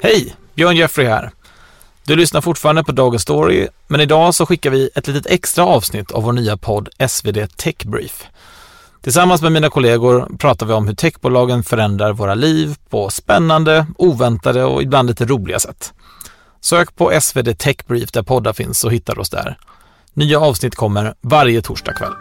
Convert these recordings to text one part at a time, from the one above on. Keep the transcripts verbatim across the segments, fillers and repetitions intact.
Hej, Björn Jeffrey här. Du lyssnar fortfarande på Dog Story, men idag så skickar vi ett litet extra avsnitt av vår nya podd S V D Tech Brief. Tillsammans med mina kollegor pratar vi om hur techbolagen förändrar våra liv på spännande, oväntade och ibland lite roliga sätt. Sök på S V D Tech Brief där poddar finns så hittar du oss där. Nya avsnitt kommer varje torsdag kväll.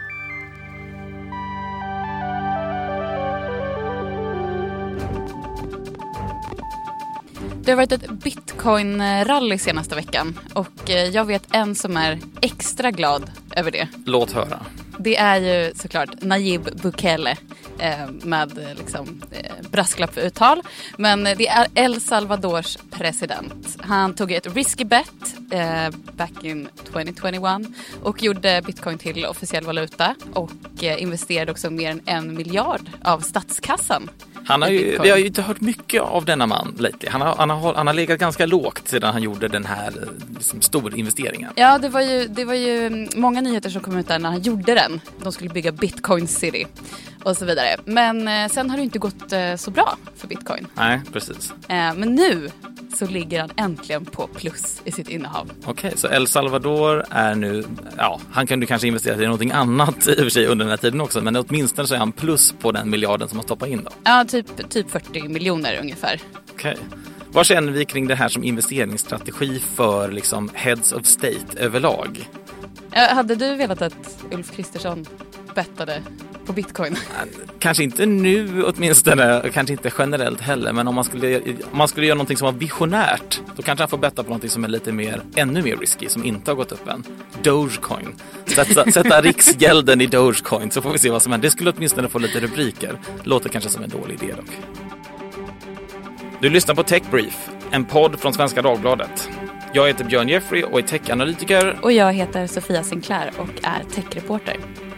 Det har varit ett Bitcoin-rally senaste veckan och jag vet en som är extra glad över det. Låt höra. Det är ju såklart Nayib Bukele eh, med liksom, eh, brasklapputtal. Men det är El Salvadors president. Han tog ett risky bet eh, back in tjugohundratjugoett och gjorde Bitcoin till officiell valuta och eh, investerade också mer än en miljard av statskassan. Han har ju, vi har ju inte hört mycket av denna man lately. Han har, han har, han har legat ganska lågt sedan han gjorde den här liksom, stora investeringen. Ja, det var, ju, det var ju många nyheter som kom ut där när han gjorde den. De skulle bygga Bitcoin City och så vidare. Men eh, sen har det inte gått eh, så bra för Bitcoin. Nej, precis. Eh, men nu så ligger han äntligen på plus i sitt innehav. Okej, okay, så El Salvador är nu, ja, han kunde kanske investera i någonting annat i och för sig under den här tiden också, men åtminstone så är han plus på den miljarden som har stoppat in då. Ja, typ, typ fyrtio miljoner ungefär. Okej. Okay. Vad känner vi kring det här som investeringsstrategi för liksom heads of state överlag? Ja, hade du velat att Ulf Kristersson bettade på Bitcoin? Kanske inte nu åtminstone, kanske inte generellt heller, men om man skulle, om man skulle göra någonting som var visionärt, då kanske han får betta på någonting som är lite mer, ännu mer risky, som inte har gått upp än. Dogecoin. Sätta, sätta riksgälden i Dogecoin, så får vi se vad som händer. Det skulle åtminstone få lite rubriker. Låter kanske som en dålig idé dock. Du lyssnar på Tech Brief, en podd från Svenska Dagbladet. Jag heter Björn Jeffrey och är techanalytiker. Och jag heter Sofia Sinclair och är techreporter.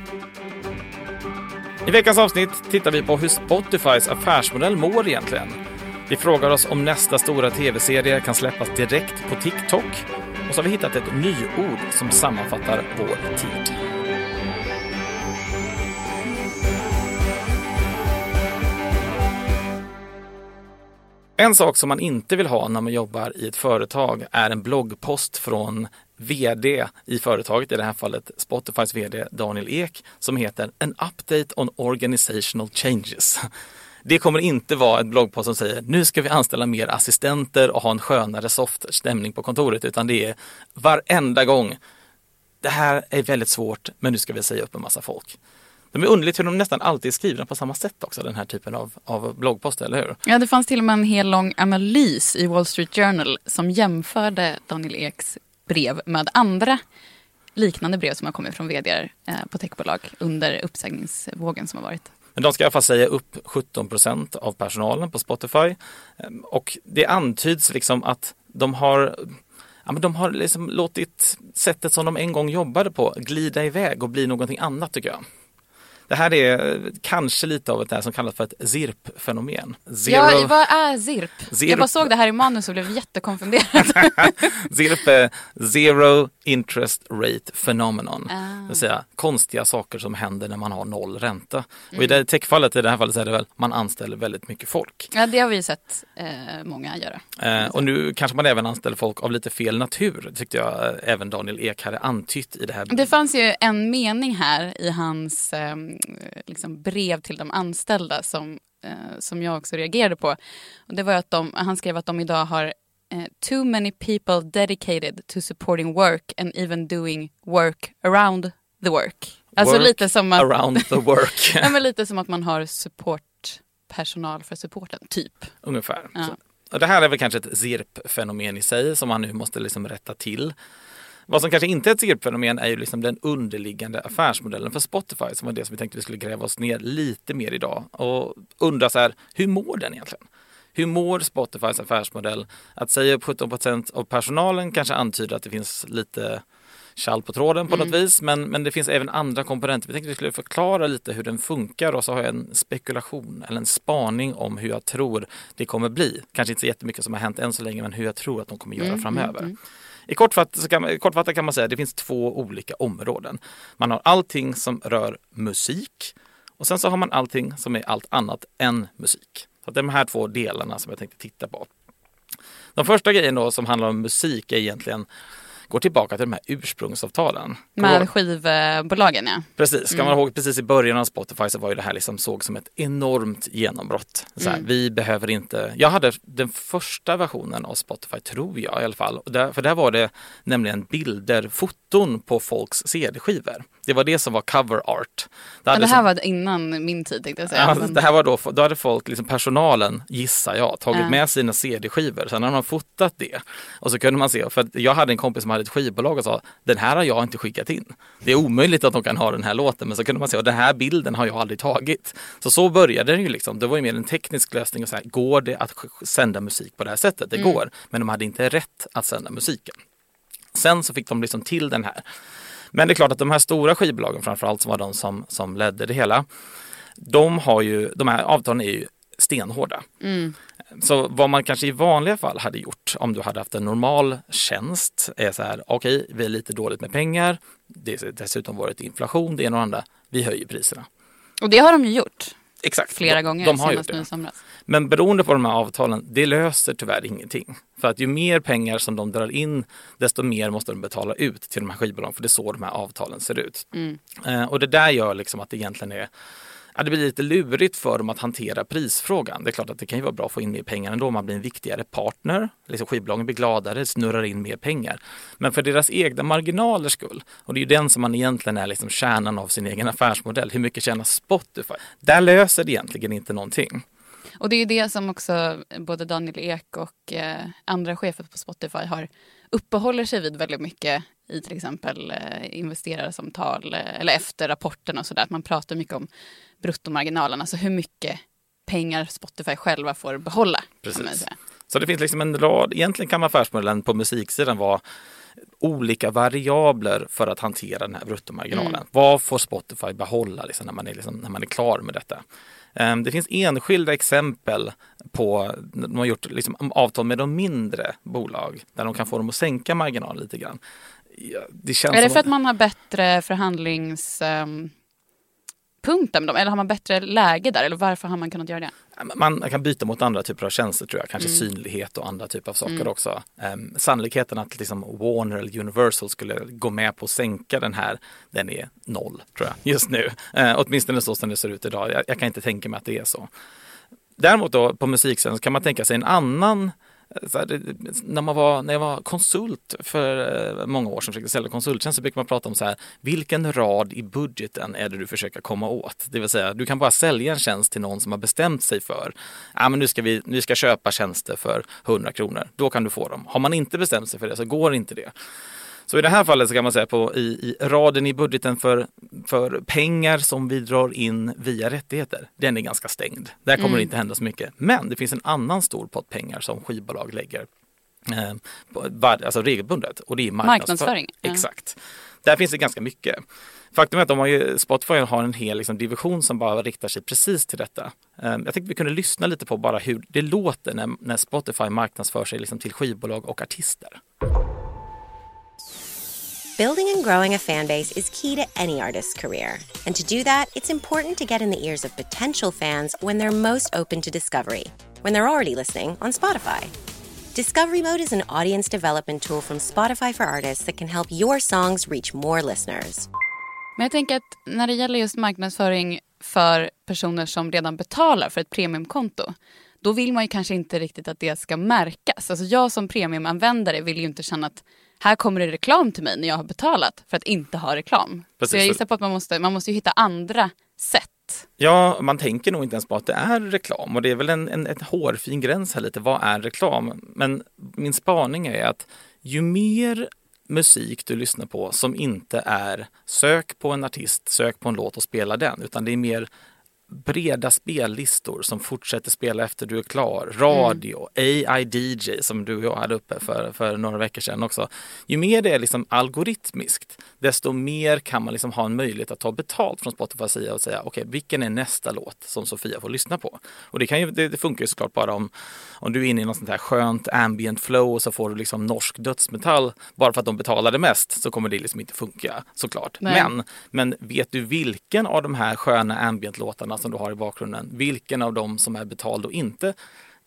I veckans avsnitt tittar vi på hur Spotifys affärsmodell mår egentligen. Vi frågar oss om nästa stora tv-serie kan släppas direkt på TikTok. Och så har vi hittat ett nyord som sammanfattar vår tid. En sak som man inte vill ha när man jobbar i ett företag är en bloggpost från vd i företaget, i det här fallet Spotifys vd Daniel Ek, som heter An Update on Organizational Changes. Det kommer inte vara ett bloggpost som säger nu ska vi anställa mer assistenter och ha en skönare soft stämning på kontoret, utan det är varenda gång. Det här är väldigt svårt, men nu ska vi säga upp en massa folk. De är underligt hur de nästan alltid är skrivna på samma sätt också, den här typen av, av bloggpost, eller hur? Ja, det fanns till och med en hel lång analys i Wall Street Journal som jämförde Daniel Eks brev med andra liknande brev som har kommit från vd:ar på techbolag under uppsägningsvågen som har varit. Men de ska i alla fall säga upp sjutton procent av personalen på Spotify. Och det antyds liksom att de har, ja, men de har liksom låtit sättet som de en gång jobbade på glida iväg och bli någonting annat, tycker jag. Det här är kanske lite av ett där som kallas för ett Z I R P-fenomen. Zero... Ja, vad är Z I R P? Z I R P? Jag bara såg det här i manus och blev jättekonfunderad. Z I R P är Zero Interest Rate Phenomenon. Ah. Det vill säga konstiga saker som händer när man har noll ränta. Mm. Och i det techfallet, i det här fallet, så är det väl man anställer väldigt mycket folk. Ja, det har vi ju sett eh, många göra. Eh, och nu kanske man även anställer folk av lite fel natur. Det tyckte jag eh, även Daniel Ek hade antytt i det här. Det fanns ju en mening här i hans eh, liksom brev till de anställda som, eh, som jag också reagerade på. Och det var att de, han skrev att de idag har eh, too many people dedicated to supporting work and even doing work around the work. Alltså work lite som att, around the work. ja, men lite som att man har supportpersonal för supporten, typ. Ungefär. Ja. Så, och det här är väl kanske ett Z I R P-fenomen i sig som man nu måste liksom rätta till. Vad som kanske inte är ett Z I R P-fenomen är ju liksom den underliggande affärsmodellen för Spotify, som var det som vi tänkte vi skulle gräva oss ner lite mer idag och undra så här, hur mår den egentligen? Hur mår Spotifys affärsmodell? Att säga upp sjutton procent av personalen kanske antyder att det finns lite kall på tråden på mm. något vis, men, men det finns även andra komponenter. Vi tänkte vi skulle förklara lite hur den funkar, och så har jag en spekulation eller en spaning om hur jag tror det kommer bli. Kanske inte så jättemycket som har hänt än så länge, men hur jag tror att de kommer göra mm. framöver. Mm. I kortfattat så kan man, kortfattat kan man säga att det finns två olika områden. Man har allting som rör musik, och sen så har man allting som är allt annat än musik. Så det är de här två delarna som jag tänkte titta på. De första grejerna då som handlar om musik är egentligen går tillbaka till de här ursprungsavtalen. Med skivbolagen, ja. Precis, ska mm. man ihåg precis i början av Spotify så var ju det här liksom såg som ett enormt genombrott. Så här, mm. Vi behöver inte... Jag hade den första versionen av Spotify, tror jag i alla fall. Och där, för där var det nämligen bilder, foton på folks C D-skivor. Det var det som var cover art. Det, ja, det här som, var innan min tid, tänkte jag säga. Ja, men... det här var då, då hade folk, liksom personalen, gissar jag, tagit ja. med sina C D-skivor. Sen hade man fotat det. Och så kunde man se, för jag hade en kompis som hade ett skivbolag och sa, den här har jag inte skickat in. Det är omöjligt att de kan ha den här låten. Men så kunde man se, och den här bilden har jag aldrig tagit. Så så började det ju liksom. Det var ju mer en teknisk lösning och så här, går det att sända musik på det här sättet? Det mm. går. Men de hade inte rätt att sända musiken. Sen så fick de liksom till den här. Men det är klart att de här stora skivbolagen, framförallt som var de som, som ledde det hela, de har ju, de här avtalen är ju stenhårda. Mm. Så vad man kanske i vanliga fall hade gjort om du hade haft en normal tjänst är så här, okej, okay, vi är lite dåligt med pengar, det har dessutom varit inflation, det ena och andra, vi höjer priserna. Och det har de ju gjort. Exakt. Flera de, gånger de har gjort det. Men beroende på de här avtalen, det löser tyvärr ingenting. För att ju mer pengar som de drar in, desto mer måste de betala ut till de här skivbolagen. För det är så de här avtalen ser ut. Mm. Eh, och det där gör liksom att det egentligen är... Ja, det blir lite lurigt för dem att hantera prisfrågan. Det är klart att det kan ju vara bra att få in mer pengar ändå. Man blir en viktigare partner. Liksom skivbolagen blir gladare, snurrar in mer pengar. Men för deras egna marginalers skull, och det är ju den som man egentligen är liksom kärnan av sin egen affärsmodell. Hur mycket tjänar Spotify? Där löser det egentligen inte någonting. Och det är ju det som också både Daniel Ek och eh, andra chefer på Spotify har uppehåller sig vid väldigt mycket i till exempel eh, investerarsamtal eh, eller efter rapporten och sådär. Att man pratar mycket om bruttomarginalen, alltså hur mycket pengar Spotify själva får behålla. Precis. Så det finns liksom en rad, egentligen kan affärsmodellen på musiksidan vara olika variabler för att hantera den här bruttomarginalen. Mm. Vad får Spotify behålla liksom, när, man är, liksom, när man är klar med detta? Um, det finns enskilda exempel på de har gjort liksom, avtal med de mindre bolag där de kan få dem att sänka marginalen lite grann. Ja, det känns är det som för att man har bättre förhandlings... Um... punkten med dem? Eller har man bättre läge där? Eller varför har man kunnat göra det? Man kan byta mot andra typer av tjänster, tror jag. Kanske mm. synlighet och andra typer av saker mm. också. Um, sannolikheten att liksom Warner eller Universal skulle gå med på att sänka den här, den är noll, tror jag, just nu. Uh, åtminstone så som det ser ut idag. Jag, jag kan inte tänka mig att det är så. Däremot då, på musikscenen så kan man tänka sig en annan. Så här, när, man var, när jag var konsult för många år sedan, försökte sälja konsulttjänst, så brukar man prata om så här, vilken rad i budgeten är det du försöker komma åt? Det vill säga, du kan bara sälja en tjänst till någon som har bestämt sig för, ja men nu ska vi, vi ska köpa tjänster för hundra kronor, då kan du få dem. Har man inte bestämt sig för det så går inte det. Så i det här fallet så kan man säga på i, i raden i budgeten för, för pengar som vi drar in via rättigheter, den är ganska stängd. Där kommer mm. det inte hända så mycket. Men det finns en annan stor pott pengar som skivbolag lägger eh, på, alltså regelbundet, och det är marknadsföring. Ja. Exakt. Där finns det ganska mycket. Faktum är att de har ju, Spotify har en hel liksom, division som bara riktar sig precis till detta. Eh, jag tänkte vi kunde lyssna lite på bara hur det låter när, när Spotify marknadsför sig liksom, till skivbolag och artister. Building and growing a fan base is key to any artist's career. And to do that, it's important to get in the ears of potential fans when they're most open to discovery, when they're already listening on Spotify. Discovery Mode is an audience development tool from Spotify for Artists that can help your songs reach more listeners. Men jag tänker att när det gäller just marknadsföring för personer som redan betalar för ett premiumkonto, då vill man ju kanske inte riktigt att det ska märkas. Alltså jag som premiumanvändare vill ju inte känna att här kommer det reklam till mig när jag har betalat för att inte ha reklam. Precis. Så jag gissar på att man måste, man måste ju hitta andra sätt. Ja, man tänker nog inte ens på att det är reklam. Och det är väl en, en ett hårfin gräns här lite. Vad är reklam? Men min spaning är att ju mer musik du lyssnar på som inte är sök på en artist, sök på en låt och spela den. Utan det är mer breda spellistor som fortsätter spela efter du är klar. Radio, mm. A I D J som du och jag hade uppe för, för några veckor sedan också. Ju mer det är liksom algoritmiskt, desto mer kan man liksom ha en möjlighet att ta betalt från Spotify sida och säga okej, okay, vilken är nästa låt som Sofia får lyssna på? Och det, kan ju, det, det funkar ju såklart bara om, om du är inne i något sånt här skönt ambient flow och så får du liksom norsk dödsmetall bara för att de betalar det mest, så kommer det liksom inte funka såklart. Men, men vet du vilken av de här sköna ambient-låtarna som du har i bakgrunden, vilken av dem som är betald och inte,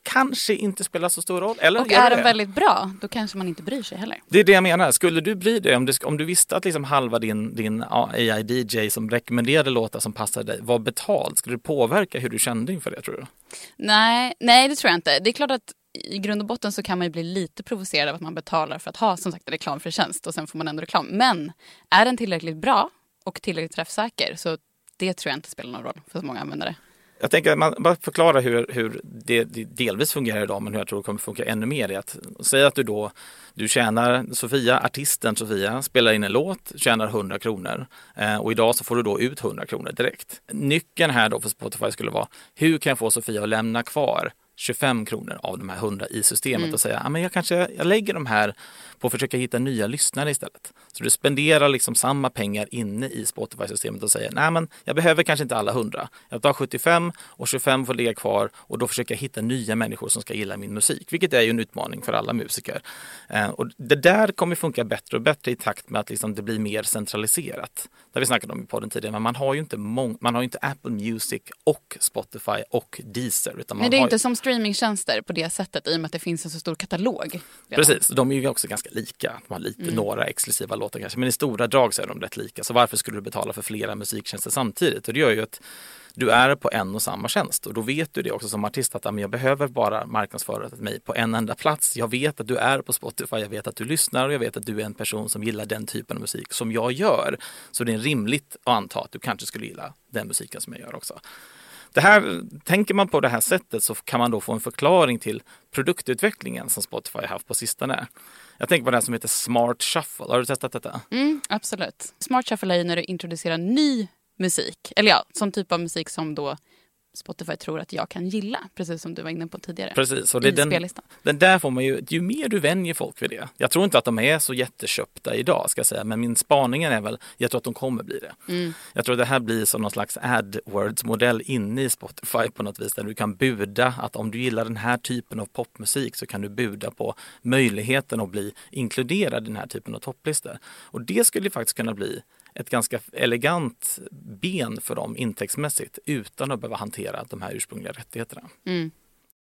kanske inte spelar så stor roll. Eller och gör är det? den väldigt bra, då kanske man inte bryr sig heller. Det är det jag menar. Skulle du bry dig om du, om du visste att liksom halva din, din A I-D J som rekommenderade låtar som passar dig var betald? Skulle det påverka hur du kände inför det, tror du? Nej, nej, det tror jag inte. Det är klart att i grund och botten så kan man ju bli lite provocerad av att man betalar för att ha som sagt en reklam för tjänst och sen får man ändå reklam. Men är den tillräckligt bra och tillräckligt träffsäker så det tror jag inte spelar någon roll för så många användare. Jag tänker att man bara förklara hur, hur det, det delvis fungerar idag, men hur jag tror det kommer funka ännu mer. Är att säga att du då du tjänar Sofia, artisten Sofia, spelar in en låt, tjänar hundra kronor eh, och idag så får du då ut hundra kronor direkt. Nyckeln här då för Spotify skulle vara, hur kan jag få Sofia att lämna kvar tjugofem kronor av de här hundra i systemet mm. och säga, ah, men jag kanske jag lägger de här på att försöka hitta nya lyssnare istället. Så du spenderar liksom samma pengar inne i Spotify-systemet och säger, nej men jag behöver kanske inte alla hundra. Jag tar sjuttiofem och tjugofem får ligga kvar och då försöker jag hitta nya människor som ska gilla min musik, vilket är ju en utmaning för alla musiker. Eh, och det där kommer funka bättre och bättre i takt med att liksom det blir mer centraliserat. Det har vi snackat om i podden tidigare, men man har ju inte, mång- man har ju inte Apple Music och Spotify och Deezer. Utan man Nej, det är har inte ju... som streamingtjänster på det sättet i och med att det finns en så stor katalog. Redan. Precis, de är ju också ganska lika. De har lite, mm. några exklusiva låtar kanske, men i stora drag så är de rätt lika. Så varför skulle du betala för flera musiktjänster samtidigt? Och det gör ju att du är på en och samma tjänst och då vet du det också som artist att jag behöver bara marknadsföra mig på en enda plats. Jag vet att du är på Spotify, jag vet att du lyssnar och jag vet att du är en person som gillar den typen av musik som jag gör. Så det är rimligt att anta att du kanske skulle gilla den musiken som jag gör också. Det här, tänker man på det här sättet så kan man då få en förklaring till produktutvecklingen som Spotify har haft på sistone. Jag tänker på det här som heter Smart Shuffle. Har du testat detta? Mm, absolut. Smart Shuffle är ju när du introducerar ny musik. Eller ja, sån typ av musik som då Spotify tror att jag kan gilla. Precis som du var inne på tidigare. Precis, och det är den, den där får man ju, ju mer du vänjer folk vid det. Jag tror inte att de är så jätteköpta idag ska jag säga. Men min spaningen är väl, jag tror att de kommer bli det. Mm. Jag tror att det här blir som någon slags AdWords-modell inne i Spotify på något vis. Där du kan buda att om du gillar den här typen av popmusik så kan du buda på möjligheten att bli inkluderad i den här typen av topplistor. Och det skulle faktiskt kunna bli ett ganska elegant ben för dem intäktsmässigt utan att behöva hantera de här ursprungliga rättigheterna. Mm.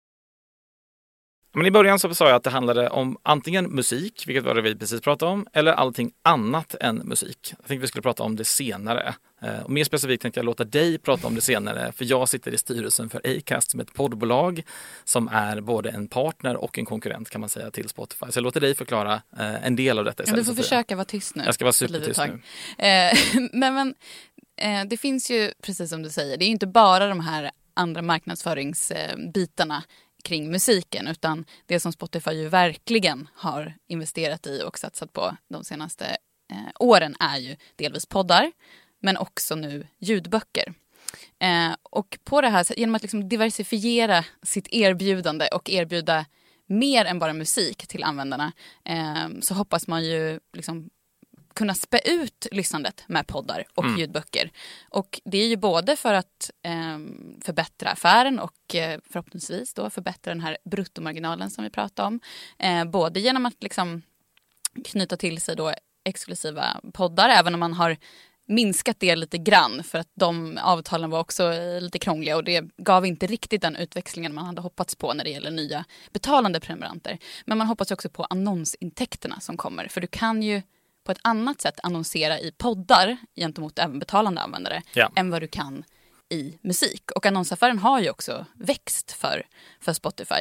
Men i början så sa jag att det handlade om antingen musik, vilket var det vi precis pratade om, eller allting annat än musik. Jag tänkte vi skulle prata om det senare. Och mer specifikt tänkte jag låta dig prata om det senare, för jag sitter i styrelsen för Acast som ett poddbolag som är både en partner och en konkurrent kan man säga till Spotify. Så jag låter dig förklara en del av detta istället. Ja, du får försöka vara tyst nu. Jag ska vara supertyst nu. Eh, men, men eh, det finns ju, precis som du säger, det är ju inte bara de här andra marknadsföringsbitarna kring musiken, utan det som Spotify ju verkligen har investerat i och satsat på de senaste eh, åren är ju delvis poddar, men också nu ljudböcker. Eh, och på det här, genom att liksom diversifiera sitt erbjudande och erbjuda mer än bara musik till användarna, eh, så hoppas man ju liksom kunna spä ut lyssnandet med poddar och mm. ljudböcker. Och det är ju både för att eh, förbättra affären och eh, förhoppningsvis då förbättra den här bruttomarginalen som vi pratade om. Eh, både genom att liksom knyta till sig då exklusiva poddar, även om man har minskat det lite grann för att de avtalen var också lite krångliga och det gav inte riktigt den utväxlingen man hade hoppats på när det gäller nya betalande prenumeranter. Men man hoppas också på annonsintäkterna som kommer, för du kan ju på ett annat sätt annonsera i poddar gentemot även betalande användare ja. än vad du kan i musik. Och annonsaffären har ju också växt för, för Spotify.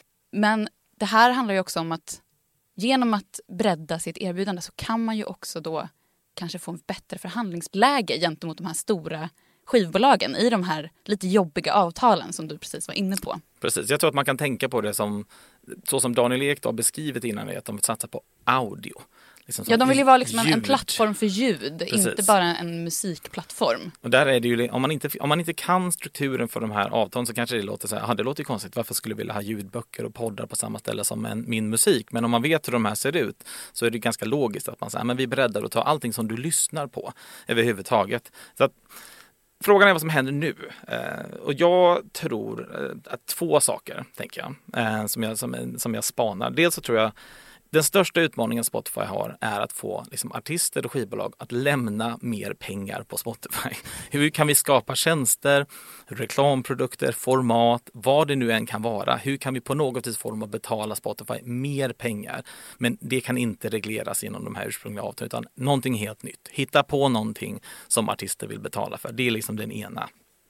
Men det här handlar ju också om att genom att bredda sitt erbjudande så kan man ju också då kanske få en bättre förhandlingsläge gentemot de här stora skivbolagen i de här lite jobbiga avtalen som du precis var inne på. Precis, jag tror att man kan tänka på det som så som Daniel Ek har beskrivit innan, är att de vill satsa på audio. Liksom ja, de vill ju vara liksom en, en plattform för ljud, Precis. inte bara en musikplattform. Och där är det ju, om man inte, om man inte kan strukturen för de här avtalen så kanske det låter så här, ah, det låter ju konstigt, varför skulle vi vilja ha ljudböcker och poddar på samma ställe som en, min musik? Men om man vet hur de här ser ut så är det ganska logiskt att man säger, men vi är beredda att ta allting som du lyssnar på överhuvudtaget. Så att frågan är vad som händer nu. Eh, och jag tror eh, att två saker, tänker jag, eh, som jag, som, som jag spanar. Dels så tror jag Den största utmaningen Spotify har är att få liksom, artister och skivbolag att lämna mer pengar på Spotify. Hur kan vi skapa tjänster, reklamprodukter, format, vad det nu än kan vara. Hur kan vi på något vis form att betala Spotify mer pengar? Men det kan inte regleras genom de här ursprungliga avtalen utan någonting helt nytt. Hitta på någonting som artister vill betala för. Det är liksom den ena.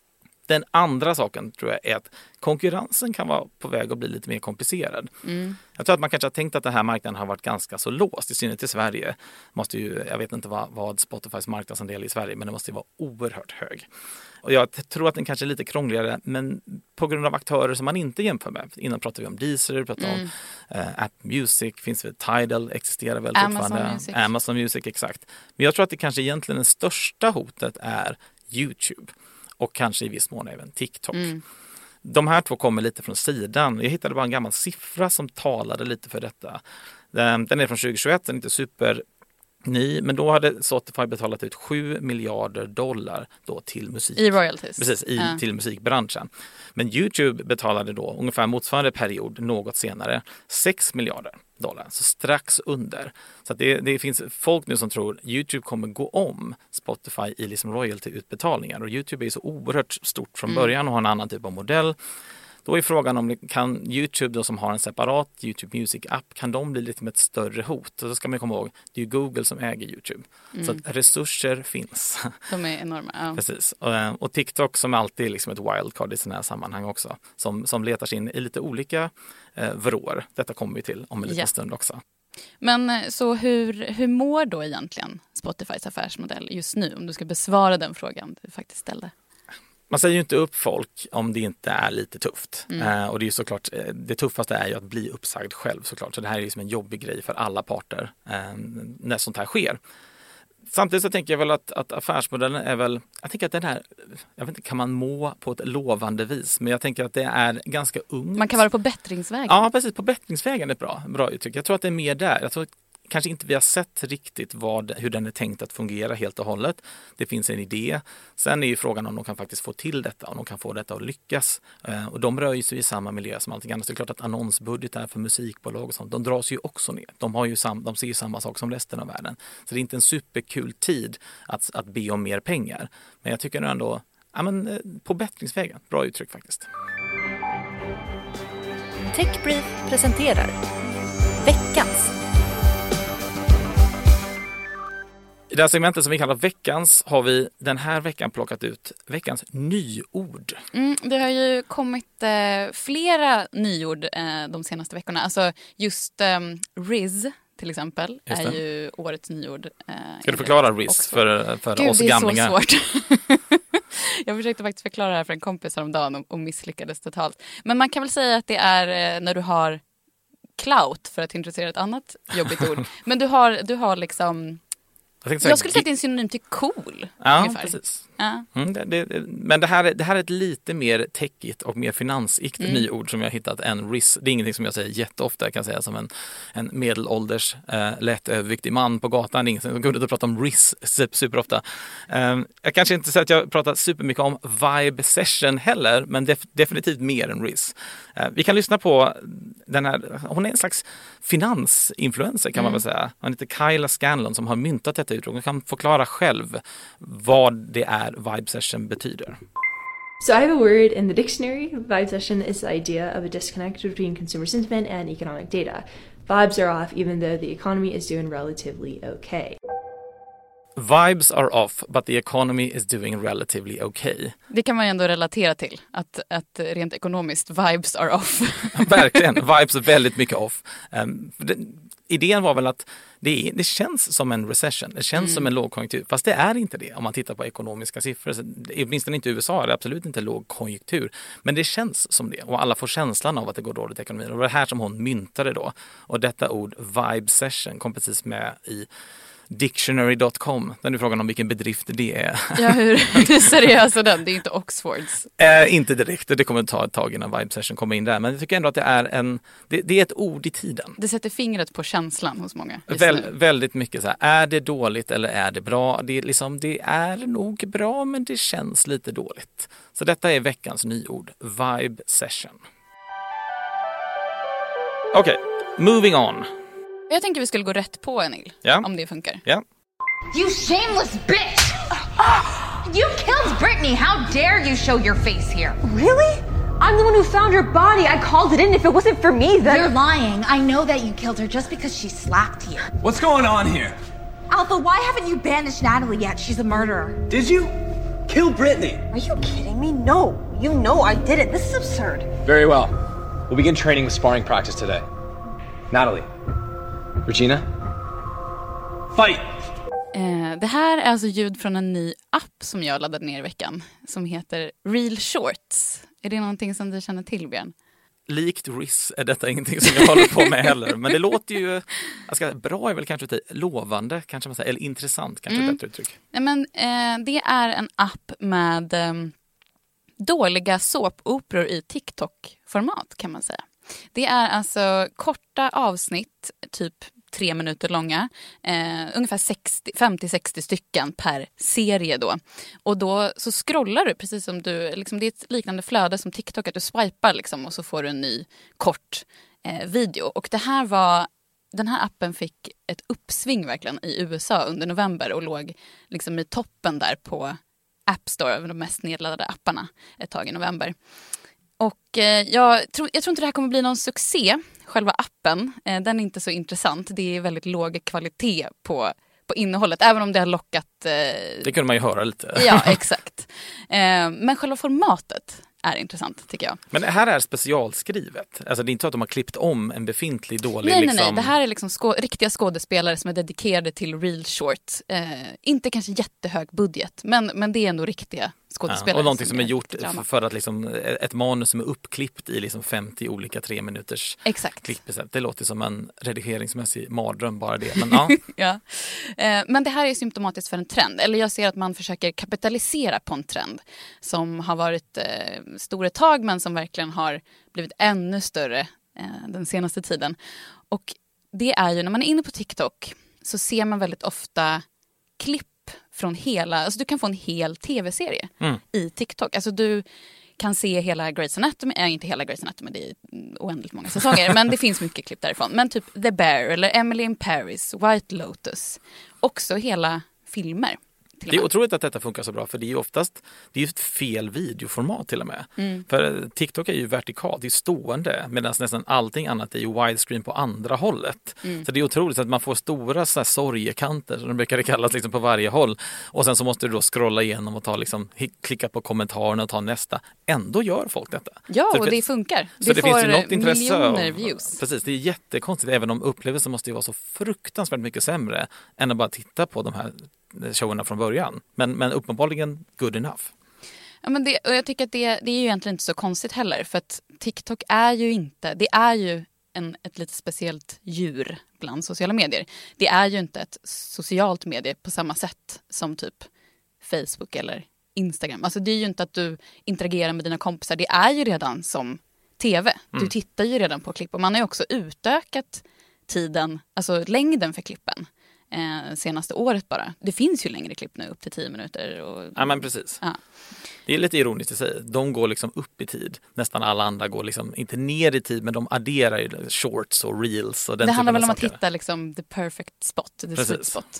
Den andra saken tror jag är att konkurrensen kan vara på väg att bli lite mer komplicerad. Mm. Jag tror att man kanske har tänkt att den här marknaden har varit ganska så låst, i synnerhet i Sverige. Måste ju, jag vet inte vad, vad Spotifys marknadsandel i Sverige, men det måste ju vara oerhört hög. Och jag tror att den kanske är lite krångligare, men på grund av aktörer som man inte jämför med. Innan pratade vi om Deezer, vi pratade mm. om uh, App Music, finns väl Tidal, existerar väl Amazon fortfarande. Music. Amazon Music, exakt. Men jag tror att det kanske egentligen det största hotet är YouTube. Och kanske i viss mån även TikTok. Mm. De här två kommer lite från sidan. Jag hittade bara en gammal siffra som talade lite för detta. Den är från tjugohundratjugoett, den är inte super ny, men då hade Spotify betalat ut sju miljarder dollar då till musik. I royalties. Precis, i, ja. till musikbranschen. Men YouTube betalade då ungefär motsvarande period något senare sex miljarder dollar, så strax under. Så att det, det finns folk nu som tror att YouTube kommer gå om Spotify i liksom royalty-utbetalningar. Och YouTube är så oerhört stort från början och har en annan typ av modell. Då är frågan om kan YouTube då som har en separat YouTube Music-app, kan de bli lite med ett större hot? Och så ska man komma ihåg, det är ju Google som äger YouTube. Mm. Så att resurser finns. De är enorma. Ja. Precis. Och, och TikTok som alltid är liksom ett wildcard i sådana här sammanhang också. Som, som letar sig in i lite olika eh, vrår. Detta kommer vi till om en liten ja. stund också. Men så hur, hur mår då egentligen Spotifys affärsmodell just nu? Om du ska besvara den frågan du faktiskt ställde. Man säger ju inte upp folk om det inte är lite tufft. Mm. Eh, och det är ju såklart, det tuffaste är ju att bli uppsagd själv såklart. Så det här är ju som en jobbig grej för alla parter eh, när sånt här sker. Samtidigt så tänker jag väl att, att affärsmodellen är väl, jag tänker att den här, jag vet inte, kan man må på ett lovande vis, men jag tänker att det är ganska ungt. Man kan vara på bättringsvägen. Ja, precis, på bättringsvägen är ett bra, bra uttryck. Jag tror att det är mer där. Jag tror kanske inte vi har sett riktigt vad, hur den är tänkt att fungera helt och hållet. Det finns en idé. Sen är ju frågan om de kan faktiskt få till detta, om de kan få detta att lyckas. Eh, och de rör ju sig i samma miljö som allting annat. Det är klart att annonsbudgetar för musikbolag och sånt, de dras ju också ner. De, har ju sam, de ser ju samma sak som resten av världen. Så det är inte en superkul tid att, att be om mer pengar. Men jag tycker ändå, ja men på bättringsvägen, bra uttryck faktiskt. Techbrief presenterar veckans. I det här segmentet som vi kallar veckans har vi den här veckan plockat ut veckans nyord. Mm, det har ju kommit eh, flera nyord eh, de senaste veckorna. Alltså just eh, Riz till exempel är ju årets nyord. Eh, Ska du förklara Riz för, för Gud, oss gamlingar? Gud, det är så svårt. Jag försökte faktiskt förklara det här för en kompis häromdagen och, och misslyckades totalt. Men man kan väl säga att det är eh, när du har clout, för att introducera ett annat jobbigt ord. Men du har, du har liksom... Jag, jag skulle säga att det är en synonym till cool. Ja, ungefär. Precis. Ja. Mm, det, det, men det här, är, det här är ett lite mer techigt och mer finansikt mm. nyord som jag har hittat än Riz. Det är ingenting som jag säger jätteofta. Jag kan säga som en, en medelålders, eh, lätt överviktig man på gatan. Det är ingenting som kunde inte prata om Riz superofta. Eh, jag kanske inte säger att jag pratar supermycket om Vibe Session heller, men def, definitivt mer än Riz. Eh, vi kan lyssna på den här, hon är en slags finansinfluencer kan mm. man väl säga. Hon heter Kyla Scanlon som har myntat detta uttryck. Hon kan förklara själv vad det är Vibe Session betyder. So I have a word in the dictionary. Vibe session is the idea of a disconnect between consumer sentiment and economic data. Vibes are off even though the economy is doing relatively okay. Vibes are off, but the economy is doing relatively okay. Det kan man ju ändå relatera till, att, att rent ekonomiskt, vibes are off. Verkligen, vibes är väldigt mycket off. Um, det, idén var väl att det, det känns som en recession, det känns mm. som en lågkonjunktur, fast det är inte det om man tittar på ekonomiska siffror. Så, åtminstone inte i U S A är det absolut inte lågkonjunktur, men det känns som det och alla får känslan av att det går dåligt i ekonomin. Och det var det här som hon myntade då. Och detta ord, vibe session, kom precis med i dictionary dot com. Den är frågan om vilken bedrift det är. Ja, hur, hur seriös är den? Det är inte Oxfords. Eh, inte direkt. Det kommer ta ett tag innan Vibe Session kommer in där. Men jag tycker ändå att det är en det, det är ett ord i tiden. Det sätter fingret på känslan hos många. Väl, väldigt mycket så här. Är det dåligt eller är det bra? Det är, liksom, det är nog bra, men det känns lite dåligt. Så detta är veckans nyord. Vibe Session. Okej, okay. Moving on. Jag tänker vi skulle gå rätt på Enil, Ja. om det funkar. Ja. You shameless bitch! You killed Brittany! How dare you show your face here? Really? I'm the one who found her body. I called it in. If it wasn't for me, then... You're lying. I know that you killed her just because she slapped you. What's going on here? Alpha, why haven't you banished Natalie yet? She's a murderer. Did you kill Brittany? Are you kidding me? No. You know I did it. This is absurd. Very well. We'll begin training with sparring practice today. Natalie. Regina. Fight! Eh, det här är alltså ljud från en ny app som jag laddade ner i veckan. Som heter Real Shorts. Är det någonting som du känner till, Björn? Likt Riz är detta ingenting som jag håller på med heller. Men det låter ju, jag ska, bra är väl kanske till, lovande, kanske man säger, eller intressant kanske mm. ett bättre uttryck. Nej, men, eh, det är en app med eh, dåliga såpoperor i TikTok-format kan man säga. Det är alltså korta avsnitt, typ tre minuter långa, eh, ungefär femtio till sextio stycken per serie då. Och då så scrollar du precis som du, liksom det är ett liknande flöde som TikTok, att du swipar liksom och så får du en ny kort eh, video. Och det här var, den här appen fick ett uppsving verkligen i U S A under november och låg liksom i toppen där på App Store över de mest nedladdade apparna ett tag i november. Och eh, jag, tror, jag tror inte det här kommer bli någon succé, själva appen. Eh, den är inte så intressant. Det är väldigt låg kvalitet på, på innehållet, även om det har lockat... Eh, det kunde man ju höra lite. Ja, exakt. Eh, men själva formatet är intressant, tycker jag. Men det här är specialskrivet. Alltså det är inte så att de har klippt om en befintlig dålig... Nej, liksom... nej, nej. Det här är liksom skå- riktiga skådespelare som är dedikerade till Real Short. Eh, inte kanske jättehög budget, men, men det är ändå riktiga skådespelare. Ja, och någonting som, som är gjort drama. för att liksom, ett manus som är uppklippt i liksom femtio olika tre minuters klipp. Det låter som en redigeringsmässig mardröm bara det. Men, ja. ja. eh, men det här är symptomatiskt för en trend. Eller jag ser att man försöker kapitalisera på en trend som har varit eh, stor ett tag, men som verkligen har blivit ännu större eh, den senaste tiden. Och det är ju, när man är inne på TikTok så ser man väldigt ofta klipp från hela, alltså du kan få en hel tv-serie mm. i TikTok. Alltså du kan se hela Grey's Anatomy, äh, inte hela Grey's Anatomy, det är oändligt många säsonger, men det finns mycket klipp därifrån. Men typ The Bear eller Emily in Paris, White Lotus, också hela filmer. Det är otroligt att detta funkar så bra, för det är ju oftast det är ett fel videoformat till och med. Mm. För TikTok är ju vertikalt, det är stående, medan nästan allting annat är ju widescreen på andra hållet. Mm. Så det är otroligt att man får stora så här sorgekanter, som de brukar kallas, liksom på varje håll. Och sen så måste du då scrolla igenom och ta, liksom, klicka på kommentarerna och ta nästa. Ändå gör folk detta. Ja, så och det, det funkar. Så det, det får finns ju något intresse av, miljoner views. Precis, det är jättekonstigt, även om upplevelsen måste ju vara så fruktansvärt mycket sämre än att bara titta på de här showerna från början. Men, men uppenbarligen good enough. Ja, men det, och jag tycker att det, det är ju egentligen inte så konstigt heller. För att TikTok är ju inte, det är ju en, ett lite speciellt djur bland sociala medier. Det är ju inte ett socialt medie på samma sätt som typ Facebook eller Instagram. Alltså det är ju inte att du interagerar med dina kompisar. Det är ju redan som tv. Du mm. tittar ju redan på klipp. Och man har ju också utökat tiden, alltså längden för klippen. Eh, senaste året bara. Det finns ju längre klipp nu, upp till tio minuter. Och... Ja, men precis. Ja. Det är lite ironiskt i sig. De går liksom upp i tid. Nästan alla andra går liksom inte ner i tid, men de adderar ju shorts och reels. Och den det handlar väl om saker. Att hitta liksom the perfect spot, the sweet spot.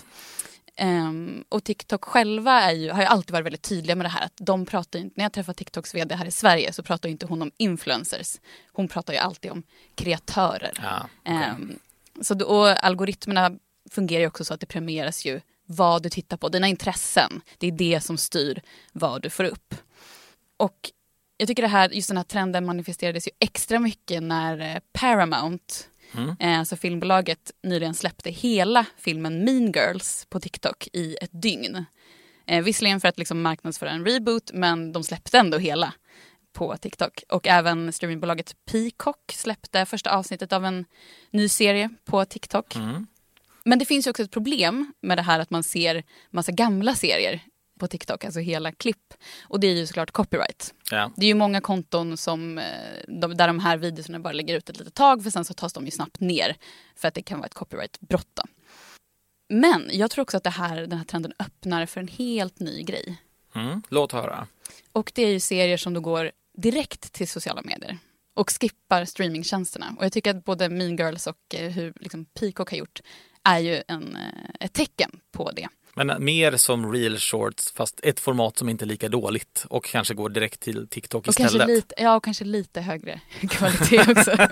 Um, och TikTok själva är ju, har ju alltid varit väldigt tydliga med det här. Att de pratar inte, när jag träffar TikToks vd här i Sverige så pratar inte hon om influencers. Hon pratar ju alltid om kreatörer. Ja, okay. um, så, och algoritmerna fungerar ju också så att det premieras ju vad du tittar på. Dina intressen, det är det som styr vad du får upp. Och jag tycker det här, just den här trenden manifesterades ju extra mycket när Paramount, mm. eh, alltså filmbolaget, nyligen släppte hela filmen Mean Girls på TikTok i ett dygn. Eh, visserligen för att liksom marknadsföra en reboot, men de släppte ändå hela på TikTok. Och även streamingbolaget Peacock släppte första avsnittet av en ny serie på TikTok. Mm. Men det finns ju också ett problem med det här att man ser massa gamla serier på TikTok, alltså hela klipp. Och det är ju såklart copyright. Ja. Det är ju många konton som, de, där de här videorna bara lägger ut ett litet tag, för sen så tas de ju snabbt ner för att det kan vara ett copyrightbrott. Men jag tror också att det här, den här trenden öppnar för en helt ny grej. Mm. Låt höra. Och det är ju serier som då går direkt till sociala medier. och skippar streamingtjänsterna. Och jag tycker att både Mean Girls och eh, hur liksom, Peacock har gjort är ju en, ett tecken på det. Men mer som Reel Shorts, fast ett format som inte är lika dåligt och kanske går direkt till TikTok och istället. Kanske lite, ja, och kanske lite högre kvalitet också.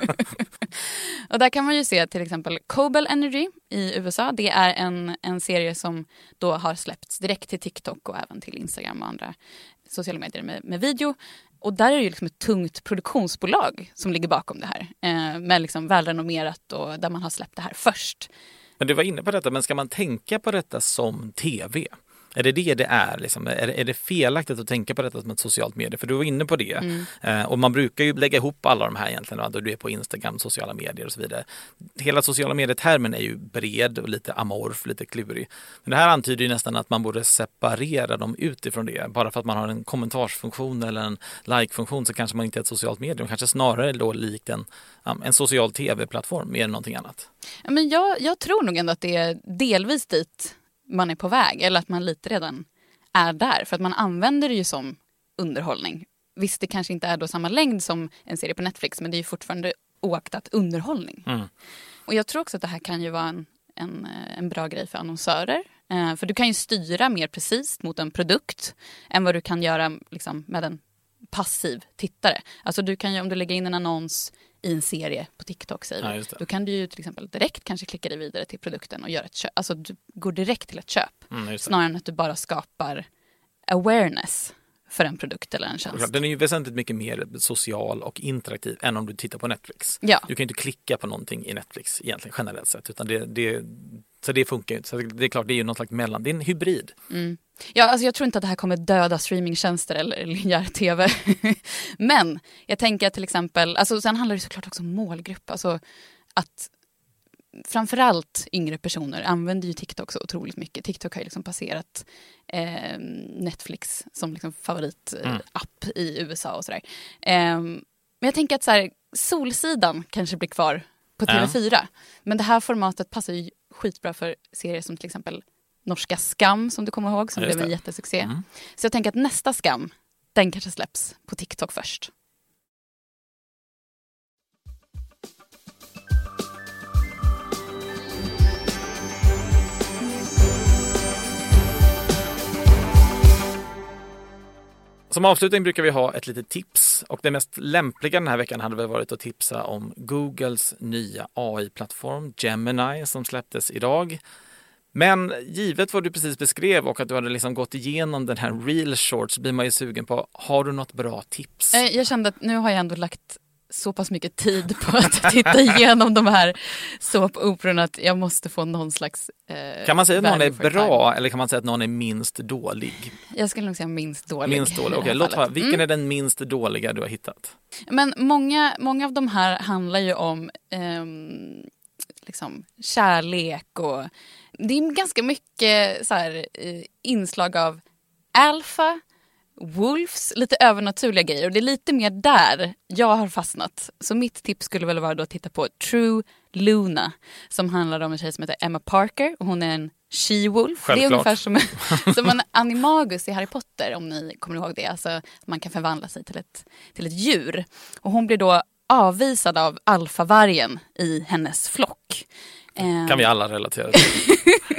Och där kan man ju se till exempel Cobble Energy i U S A. Det är en, en serie som då har släppts direkt till TikTok och även till Instagram och andra sociala medier med, med video. Och där är det ju liksom ett tungt produktionsbolag som ligger bakom det här. Eh, med liksom välrenommerat och där man har släppt det här först. Men du var inne på detta, men ska man tänka på detta som tv? Är det det det är? Liksom? Är, är det felaktigt att tänka på detta som ett socialt medie? För du var inne på det. Mm. Eh, och man brukar ju lägga ihop alla de här egentligen. Då du är på Instagram, sociala medier och så vidare. Hela sociala medietermen är ju bred och lite amorf, lite klurig. Men det här antyder ju nästan att man borde separera dem utifrån det. Bara för att man har en kommentarsfunktion eller en like-funktion så kanske man inte är ett socialt medium. Kanske snarare då likt en, en social tv-plattform mer än någonting annat. Ja, men jag, jag tror nog ändå att det är delvis dit man är på väg, eller att man lite redan är där, för att man använder det ju som underhållning. Visst, det kanske inte är då samma längd som en serie på Netflix, men det är ju fortfarande oaktat underhållning. Mm. Och jag tror också att det här kan ju vara en, en, en bra grej för annonsörer, eh, för du kan ju styra mer precis mot en produkt än vad du kan göra liksom, med en passiv tittare. Alltså du kan ju, om du lägger in en annons i en serie på TikTok, säger ja, då kan du ju till exempel direkt kanske klicka dig vidare till produkten och göra ett köp. Alltså du går direkt till ett köp. Mm, snarare än att du bara skapar awareness för en produkt eller en tjänst. Den är ju väsentligt mycket mer social och interaktiv än om du tittar på Netflix. Ja. Du kan ju inte klicka på någonting i Netflix egentligen generellt sett, utan det, det, så det funkar ju inte. Så det är klart, det är ju något slags mellan. Det är en hybrid. Mm. Ja, alltså jag tror inte att det här kommer döda streamingtjänster eller linjär tv. Men jag tänker att till exempel, alltså sen handlar det såklart också om målgrupp. Alltså att framförallt yngre personer använder ju TikTok så otroligt mycket. TikTok har ju liksom passerat eh, Netflix som liksom favoritapp mm. i U S A och sådär. Eh, men jag tänker att så här, Solsidan kanske blir kvar på T V fyra. Mm. Men det här formatet passar ju skitbra för serier som till exempel norska Skam, som du kommer ihåg, som blev en jättesuccé. Mm. Så jag tänker att nästa Skam, den kanske släpps på TikTok först. Som avslutning brukar vi ha ett litet tips, och det mest lämpliga den här veckan hade väl varit att tipsa om Googles nya A I-plattform Gemini som släpptes idag. Men givet vad du precis beskrev och att du hade liksom gått igenom den här Reel Shorts, blir man ju sugen på, har du något bra tips? Jag kände att nu har jag ändå lagt så pass mycket tid på att titta igenom de här såpoperorna att jag måste få någon slags eh, kan man säga att någon är bra time. Eller kan man säga att någon är minst dålig? Jag skulle nog säga minst dålig. Minst dålig, okej. Okay, låt höra. Vilken mm. är den minst dåliga du har hittat? Men många, många av de här handlar ju om eh, liksom kärlek, och det är ganska mycket så här, eh, inslag av alfa, wolves, lite övernaturliga grejer, och det är lite mer där jag har fastnat. Så mitt tips skulle väl vara då att titta på True Luna, som handlar om en tjej som heter Emma Parker, och hon är en she-wolf. Självklart. Det är ungefär som, som en animagus i Harry Potter, om ni kommer ihåg det. Alltså man kan förvandla sig till ett, till ett djur, och hon blir då avvisad av alfavargen i hennes flock. Kan vi alla relatera till.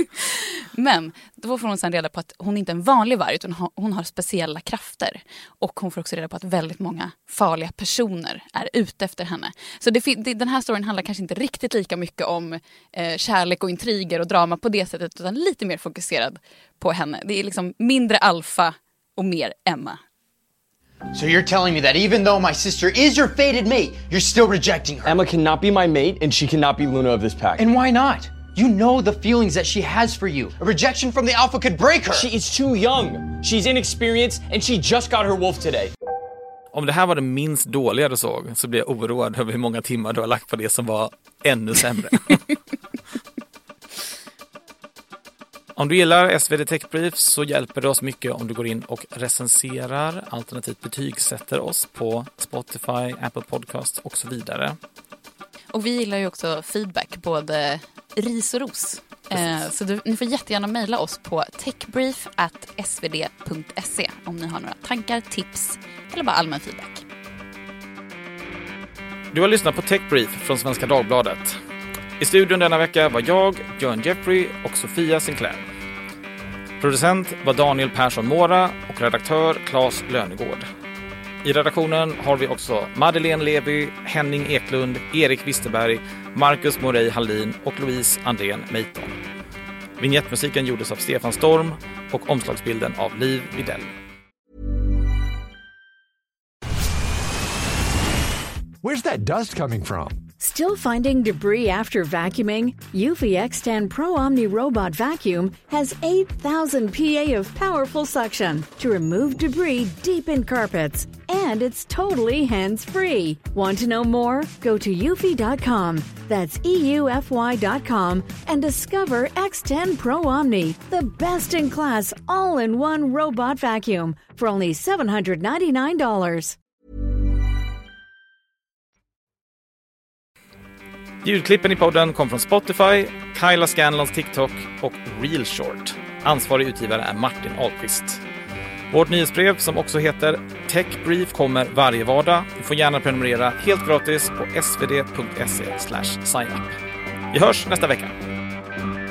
Men då får hon sen reda på att hon inte är en vanlig varg, utan hon har speciella krafter. Och hon får också reda på att väldigt många farliga personer är ute efter henne. Så det, det, den här storyn handlar kanske inte riktigt lika mycket om eh, kärlek och intriger och drama på det sättet, utan lite mer fokuserad på henne. Det är liksom mindre alfa och mer Emma. So you're telling me that even though my sister is your fated mate, you're still rejecting her? Emma cannot be my mate, and she cannot be Luna of this pack. And why not? You know the feelings that she has for you. A rejection from the alpha could break her. She is too young. She's inexperienced, and she just got her wolf today. Om det här var det minst dåliga du såg, så blir jag oroad över hur många timmar du har lagt på det som var ännu sämre. Om du gillar S V D Tech Brief så hjälper det oss mycket om du går in och recenserar, alternativt betygsätter oss på Spotify, Apple Podcasts och så vidare. Och vi gillar ju också feedback, både ris och ros. Eh, så du, ni får jättegärna mejla oss på techbrief at s v d punkt se om ni har några tankar, tips eller bara allmän feedback. Du har lyssnat på Tech Brief från Svenska Dagbladet. I studion denna vecka var jag, John Jeffrey och Sofia Sinclair. Producent var Daniel Persson Mora och redaktör Claes Lönegård. I redaktionen har vi också Madeleine Levy, Henning Eklund, Erik Wisterberg, Marcus Morey Hallin och Louise Andrén Meiton. Vignettmusiken gjordes av Stefan Storm och omslagsbilden av Liv Videll. Where's that dust coming from? Still finding debris after vacuuming? Eufy X ten Pro Omni Robot Vacuum has eight thousand P A of powerful suction to remove debris deep in carpets. And it's totally hands-free. Want to know more? Go to eufy dot com. That's E U F Y dot com and discover X ten Pro Omni, the best-in-class all-in-one robot vacuum for only seven hundred ninety-nine dollars. Ljudklippen i podden kom från Spotify, Kyla Scanlons TikTok och Real Short. Ansvarig utgivare är Martin Ahlqvist. Vårt nyhetsbrev, som också heter Tech Brief, kommer varje vardag. Du får gärna prenumerera helt gratis på svd punkt se slash signup. Vi hörs nästa vecka.